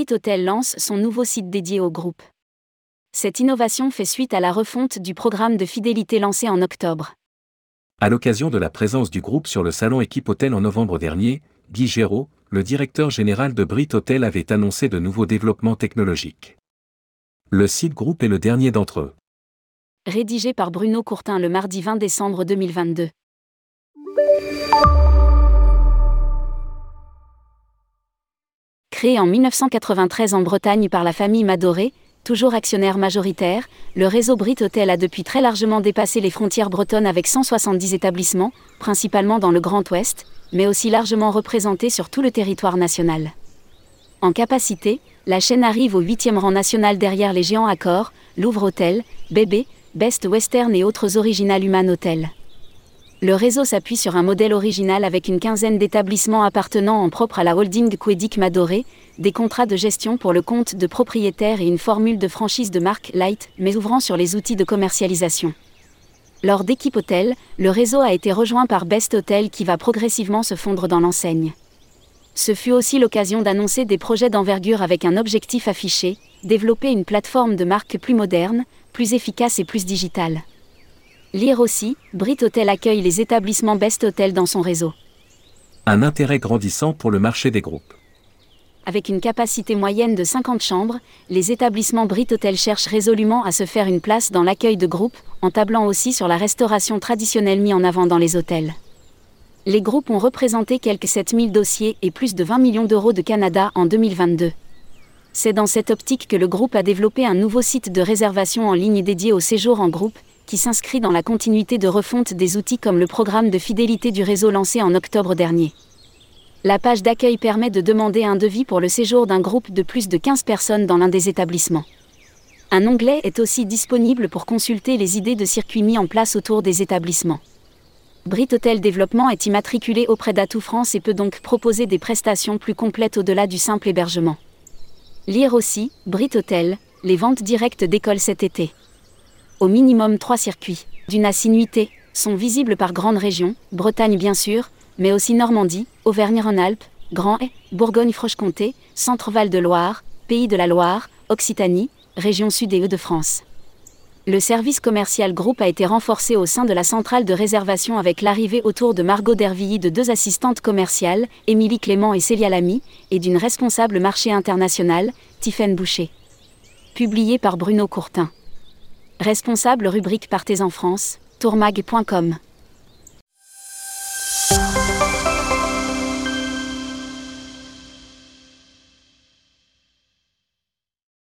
Brit Hôtel lance son nouveau site dédié au groupe. Cette innovation fait suite à la refonte du programme de fidélité lancé en octobre. À l'occasion de la présence du groupe sur le salon Équipe Hôtel en novembre dernier, Guy Géraud, le directeur général de Brit Hôtel, avait annoncé de nouveaux développements technologiques. Le site groupe est le dernier d'entre eux. Rédigé par Bruno Courtin le mardi 20 décembre 2022. Créé en 1993 en Bretagne par la famille Madoré, toujours actionnaire majoritaire, le réseau Brit Hôtel a depuis très largement dépassé les frontières bretonnes avec 170 établissements, principalement dans le Grand Ouest, mais aussi largement représentés sur tout le territoire national. En capacité, la chaîne arrive au 8e rang national derrière les géants Accor, Louvre Hôtel, Bébé, Best Western et autres Original Human Hôtel. Le réseau s'appuie sur un modèle original avec une quinzaine d'établissements appartenant en propre à la holding Quedic Madoré, des contrats de gestion pour le compte de propriétaires et une formule de franchise de marque light, mais ouvrant sur les outils de commercialisation. Lors d'Équipe Hôtel, le réseau a été rejoint par Best Hôtel qui va progressivement se fondre dans l'enseigne. Ce fut aussi l'occasion d'annoncer des projets d'envergure avec un objectif affiché, développer une plateforme de marque plus moderne, plus efficace et plus digitale. Lire aussi, Brit Hôtel accueille les établissements Best Hôtel dans son réseau. Un intérêt grandissant pour le marché des groupes. Avec une capacité moyenne de 50 chambres, les établissements Brit Hôtel cherchent résolument à se faire une place dans l'accueil de groupes, en tablant aussi sur la restauration traditionnelle mise en avant dans les hôtels. Les groupes ont représenté quelques 7000 dossiers et plus de 20 millions d'euros de Canada en 2022. C'est dans cette optique que le groupe a développé un nouveau site de réservation en ligne dédié au séjour en groupe, qui s'inscrit dans la continuité de refonte des outils comme le programme de fidélité du réseau lancé en octobre dernier. La page d'accueil permet de demander un devis pour le séjour d'un groupe de plus de 15 personnes dans l'un des établissements. Un onglet est aussi disponible pour consulter les idées de circuits mis en place autour des établissements. Brit Hôtel Développement est immatriculé auprès d'Atout France et peut donc proposer des prestations plus complètes au-delà du simple hébergement. Lire aussi, Brit Hôtel, les ventes directes décollent cet été. Au minimum 3 circuits, d'une assinuité, sont visibles par grande région, Bretagne bien sûr, mais aussi Normandie, Auvergne-Rhône-Alpes, Grand Est, Bourgogne-Franche-Comté, Centre-Val de Loire, Pays de la Loire, Occitanie, Région Sud et Hauts-de-France. Le service commercial groupe a été renforcé au sein de la centrale de réservation avec l'arrivée autour de Margot Dervilly de 2 assistantes commerciales, Émilie Clément et Célia Lamy, et d'une responsable marché international, Tiffaine Boucher. Publié par Bruno Courtin. Responsable rubrique Partez en France, tourmag.com.